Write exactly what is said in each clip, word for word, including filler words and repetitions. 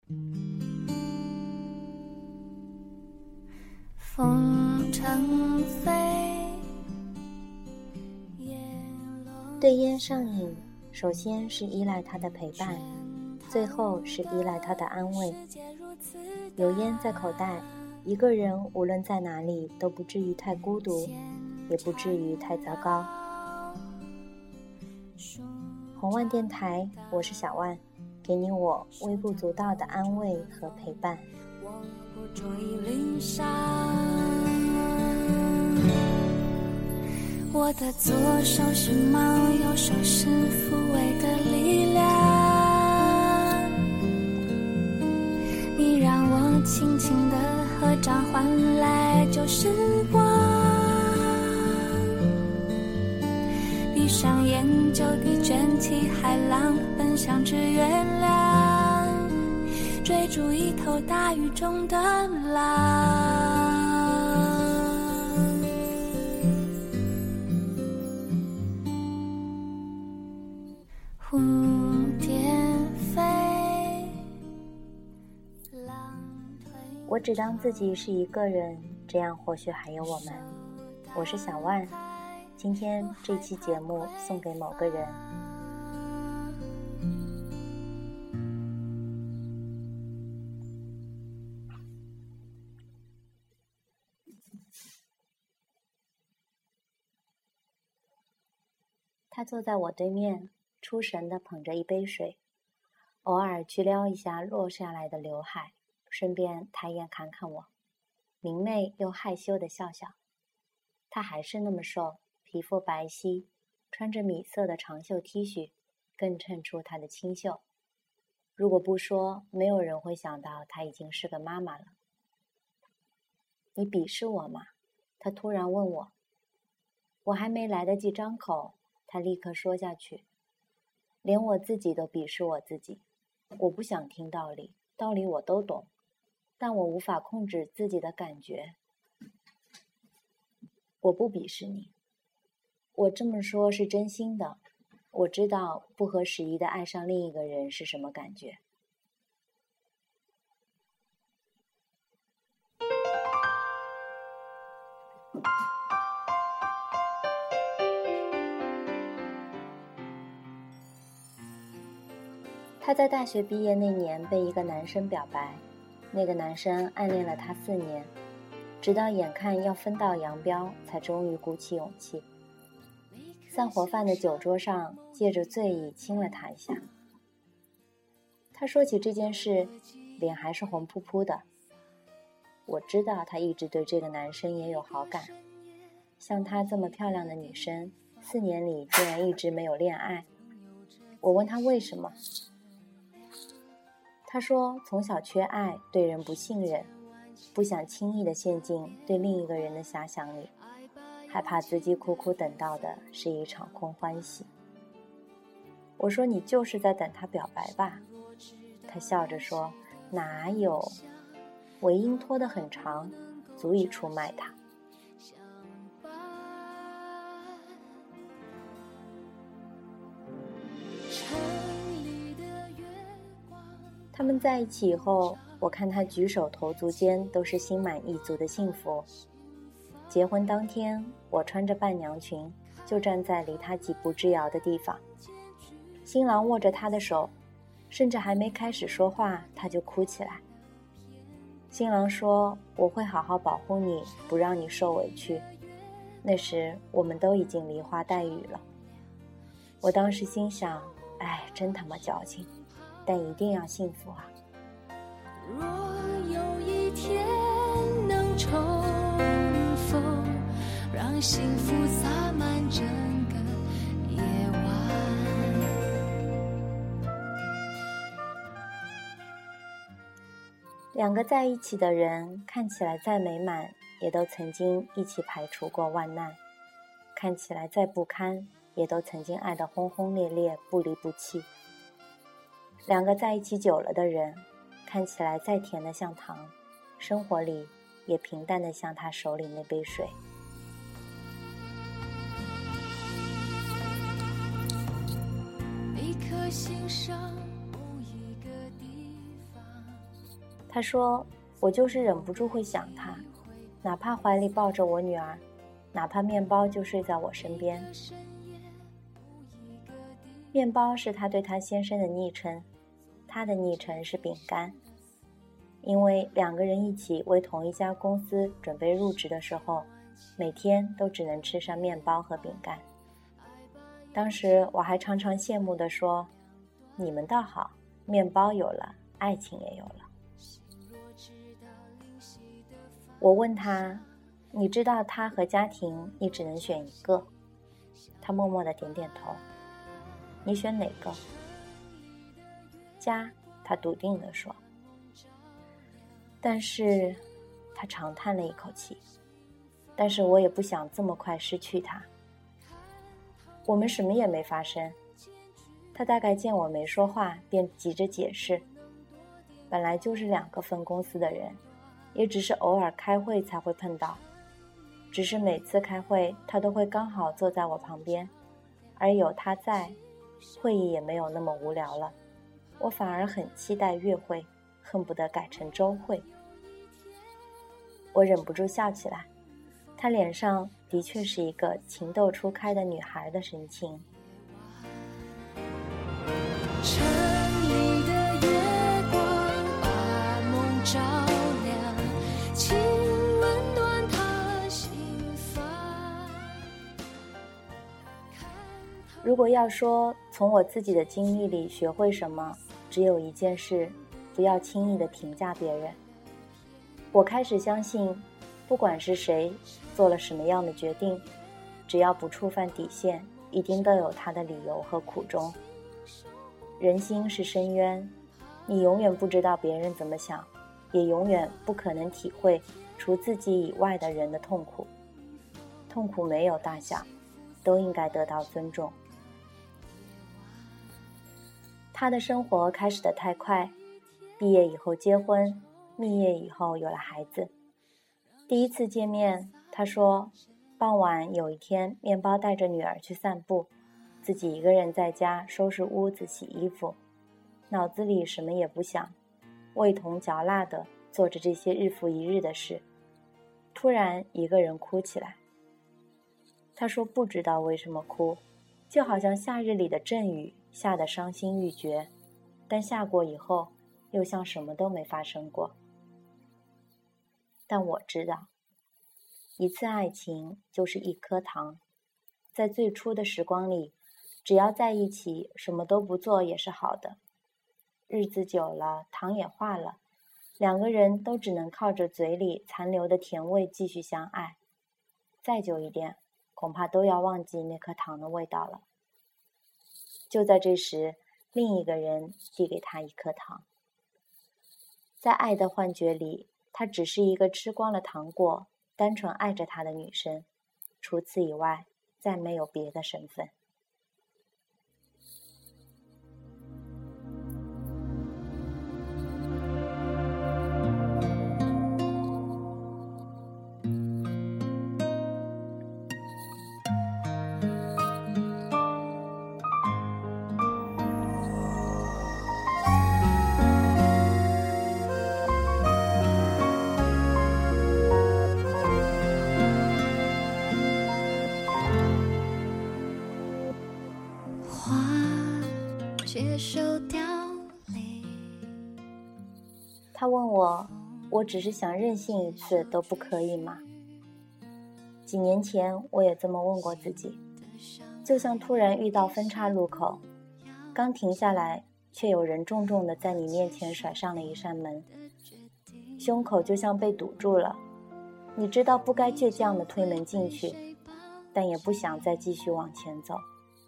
风筝飞， 对烟上瘾，首先是依赖它的陪伴，最后是依赖它的安慰。有烟在口袋，一个人无论在哪里都不至于太孤独，也不至于太糟糕。红万电台，我是小万，给你我微不足道的安慰和陪伴。 我不注意淋上，我的左手是猫，右手是抚慰的力量。你让我轻轻地合掌，换来旧时光。闭上眼就地卷起海浪，奔向只月亮，追逐一头大雨中的狼。蝴蝶飞，浪推。 我只当自己是一个人，这样或许还有我们。我是小万，今天这期节目送给某个人。他坐在我对面，出神地捧着一杯水，偶尔去撩一下落下来的刘海，顺便抬眼看看我，明媚又害羞地笑笑。他还是那么瘦，皮肤白皙，穿着米色的长袖 T 恤，更衬出他的清秀。如果不说，没有人会想到他已经是个妈妈了。你鄙视我吗？他突然问我。我还没来得及张口，他立刻说下去。连我自己都鄙视我自己。我不想听道理，道理我都懂，但我无法控制自己的感觉。我不鄙视你，我这么说是真心的。我知道不合时宜的爱上另一个人是什么感觉。他在大学毕业那年被一个男生表白，那个男生暗恋了他四年，直到眼看要分道扬镳，才终于鼓起勇气。散伙饭的酒桌上，借着醉意亲了他一下。他说起这件事，脸还是红扑扑的。我知道他一直对这个男生也有好感，像她这么漂亮的女生，四年里竟然一直没有恋爱。我问他为什么，他说从小缺爱，对人不信任，不想轻易地陷进对另一个人的遐想里，害怕自己苦苦等到的是一场空欢喜。我说你就是在等他表白吧。他笑着说哪有，尾音拖得很长，足以出卖他。他们在一起以后，我看他举手投足间都是心满意足的幸福。结婚当天，我穿着伴娘裙，就站在离他几步之遥的地方。新郎握着她的手，甚至还没开始说话，他就哭起来。新郎说我会好好保护你，不让你受委屈。那时我们都已经梨花带雨了。我当时心想，哎，真他妈矫情，但一定要幸福啊。 若有一天能重逢，让幸福洒满整个夜晚。 两个在一起的人，看起来再美满，也都曾经一起排除过万难；看起来再不堪，也都曾经爱得轰轰烈烈，不离不弃。两个在一起久了的人，看起来再甜得像糖，生活里也平淡得像他手里那杯水。 一颗心上某一个地方， 他说，我就是忍不住会想他，哪怕怀里抱着我女儿，哪怕面包就睡在我身边。面包是他对他先生的昵称，他的昵称是饼干。因为两个人一起为同一家公司准备入职的时候，每天都只能吃上面包和饼干。当时我还常常羡慕地说，你们倒好，面包有了，爱情也有了。我问他，你知道他和家庭你只能选一个？他默默地点点头。你选哪个？家，他笃定地说。但是他长叹了一口气，但是我也不想这么快失去他。我们什么也没发生，他大概见我没说话，便急着解释，本来就是两个分公司的人，也只是偶尔开会才会碰到，只是每次开会他都会刚好坐在我旁边，而有他在，会议也没有那么无聊了，我反而很期待月会，恨不得改成周会。我忍不住笑起来，她脸上的确是一个情窦初开的女孩的神情。 城里的月光把梦照亮，请温暖她心房。 如果要说从我自己的经历里学会什么，只有一件事，不要轻易地评价别人。我开始相信，不管是谁做了什么样的决定，只要不触犯底线，一定都有他的理由和苦衷。人心是深渊，你永远不知道别人怎么想，也永远不可能体会除自己以外的人的痛苦。痛苦没有大小，都应该得到尊重。他的生活开始得太快，毕业以后结婚，蜜月以后有了孩子。第一次见面，他说傍晚有一天，面包带着女儿去散步，自己一个人在家收拾屋子洗衣服，脑子里什么也不想，味同嚼蜡的做着这些日复一日的事，突然一个人哭起来。他说不知道为什么哭，就好像夏日里的阵雨下得伤心欲绝，但下过以后又像什么都没发生过。但我知道，一次爱情就是一颗糖，在最初的时光里，只要在一起，什么都不做也是好的。日子久了，糖也化了，两个人都只能靠着嘴里残留的甜味继续相爱。再久一点，恐怕都要忘记那颗糖的味道了。就在这时，另一个人递给他一颗糖。在爱的幻觉里，她只是一个吃光了糖果，单纯爱着他的女生，除此以外，再没有别的身份。他问我，我只是想任性一次都不可以吗？几年前我也这么问过自己，就像突然遇到分岔路口，刚停下来，却有人重重地在你面前甩上了一扇门，胸口就像被堵住了。你知道不该倔强地推门进去，但也不想再继续往前走。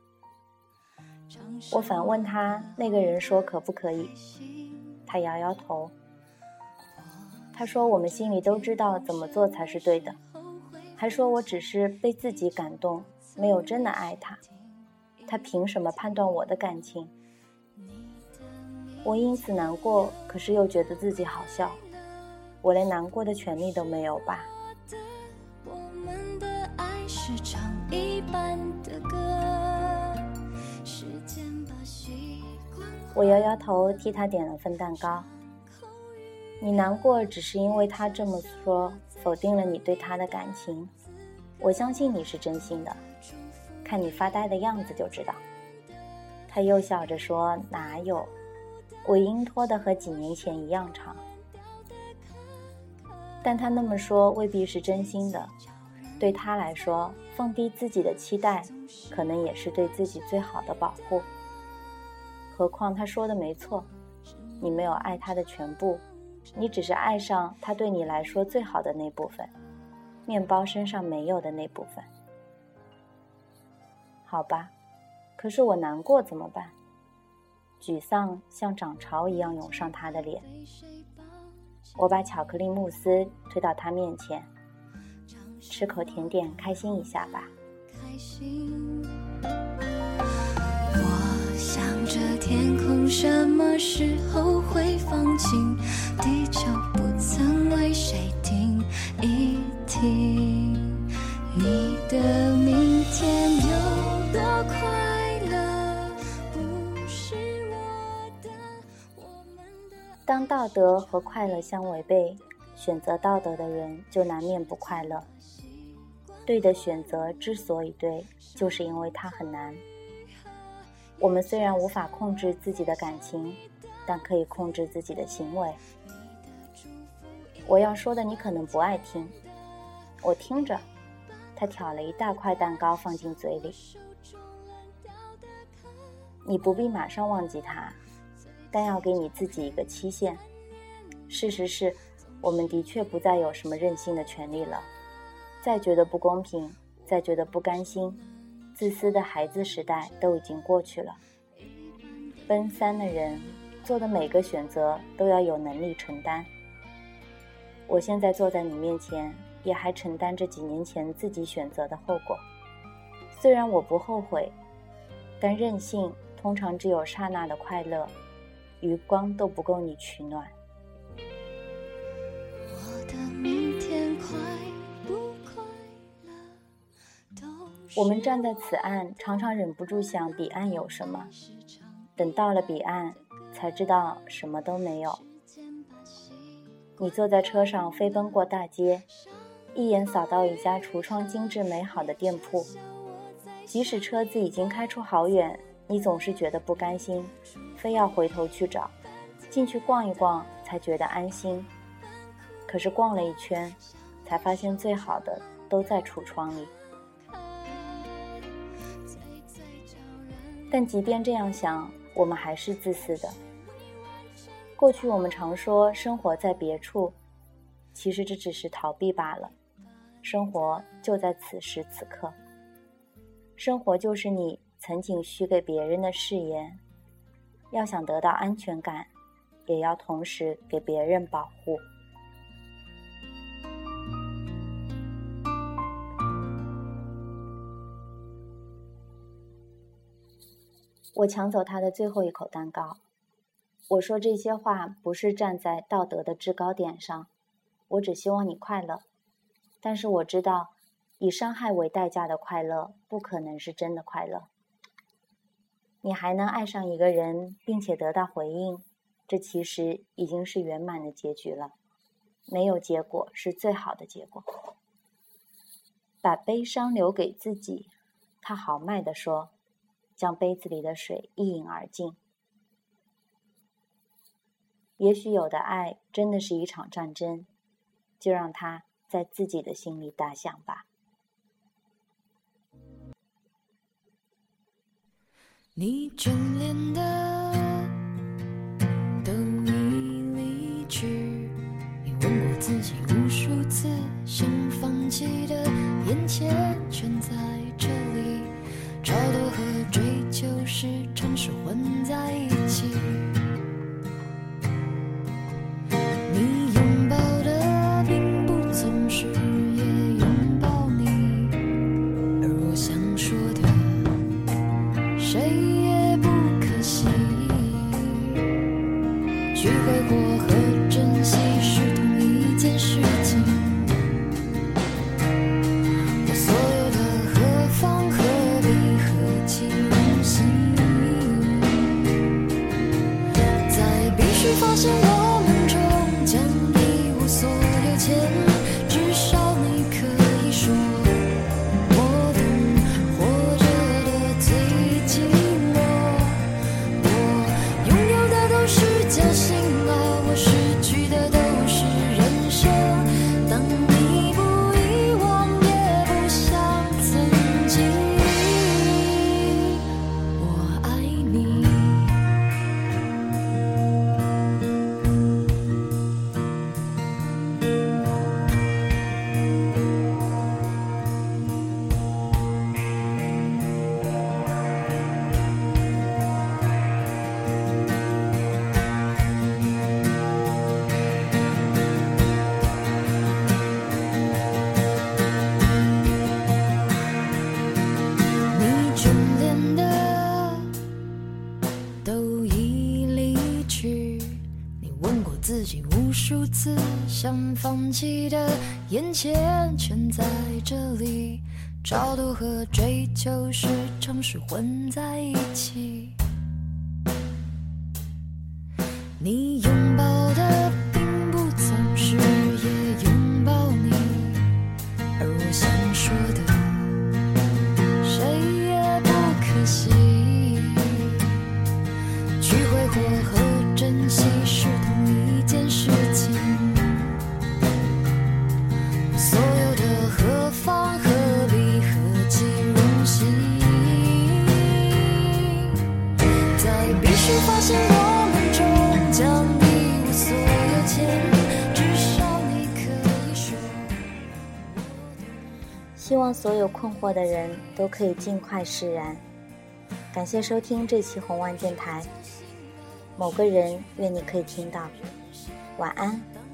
我反问他，那个人说可不可以？他摇摇头。他说我们心里都知道怎么做才是对的，还说我只是被自己感动，没有真的爱他。他凭什么判断我的感情？我因此难过，可是又觉得自己好笑。我连难过的权利都没有吧？ 我们的爱是唱一般的歌，时间把习惯。 我摇摇头，替他点了份蛋糕。 你难过只是因为他这么说，否定了你对他的感情。我相信你是真心的，看你发呆的样子就知道。他又笑着说，哪有，尾音拖得和几年前一样长。但他那么说未必是真心的，对他来说，放低自己的期待，可能也是对自己最好的保护。何况他说的没错，你没有爱他的全部，你只是爱上他对你来说最好的那部分，面包身上没有的那部分。好吧，可是我难过怎么办？沮丧像涨潮一样涌上他的脸。我把巧克力慕斯推到他面前，吃口甜点开心一下吧。 我想着天空什么时候会放晴，地球不曾为谁停一停，你的明天有多快乐不是我的，我们的。 当道德和快乐相违背，选择道德的人就难免不快乐。对的选择之所以对，就是因为它很难。我们虽然无法控制自己的感情，但可以控制自己的行为。我要说的你可能不爱听，我听着。他挑了一大块蛋糕放进嘴里。你不必马上忘记他，但要给你自己一个期限。事实是，我们的确不再有什么任性的权利了。再觉得不公平，再觉得不甘心，自私的孩子时代都已经过去了。奔三的人做的每个选择都要有能力承担。我现在坐在你面前，也还承担着几年前自己选择的后果。虽然我不后悔，但任性通常只有刹那的快乐，余光都不够你取暖。 我的明天快不快乐都是我们站在此岸，常常忍不住想彼岸有什么，等到了彼岸才知道什么都没有。你坐在车上飞奔过大街，一眼扫到一家橱窗精致美好的店铺，即使车子已经开出好远，你总是觉得不甘心，非要回头去找，进去逛一逛才觉得安心。可是逛了一圈，才发现最好的都在橱窗里。但即便这样想，我们还是自私的。过去我们常说生活在别处，其实这只是逃避罢了。生活就在此时此刻。生活就是你曾经许给别人的誓言，要想得到安全感，也要同时给别人保护。我抢走他的最后一口蛋糕。我说这些话不是站在道德的制高点上，我只希望你快乐。但是我知道，以伤害为代价的快乐不可能是真的快乐。你还能爱上一个人，并且得到回应，这其实已经是圆满的结局了。没有结果是最好的结果。把悲伤留给自己，他豪迈地说，将杯子里的水一饮而尽。也许有的爱真的是一场战争，就让它在自己的心里打响吧。 你眷恋的都已离去，你问过自己无数次，想放弃的眼前全在这里，超脱和追求时常是混在一起。你拥抱的并不总是也拥抱你，而我想说的谁也不可惜。去挥霍和珍惜是同一件事情，我所有的何方何必何其荣幸，在必须发现我们中间自己无数次想放弃的眼前，全在这里。超度和追求时常是混在一起。你拥抱的并不总是也拥抱你，而我想说的谁也不可惜。去挥霍和珍惜是同一件事情，所有的何方何必何其荣幸，在必须发现我们终将一无所有前，至少你可以说。 希望所有困惑的人都可以尽快释然。感谢收听这期红万电台，某个人愿你可以听到。晚安。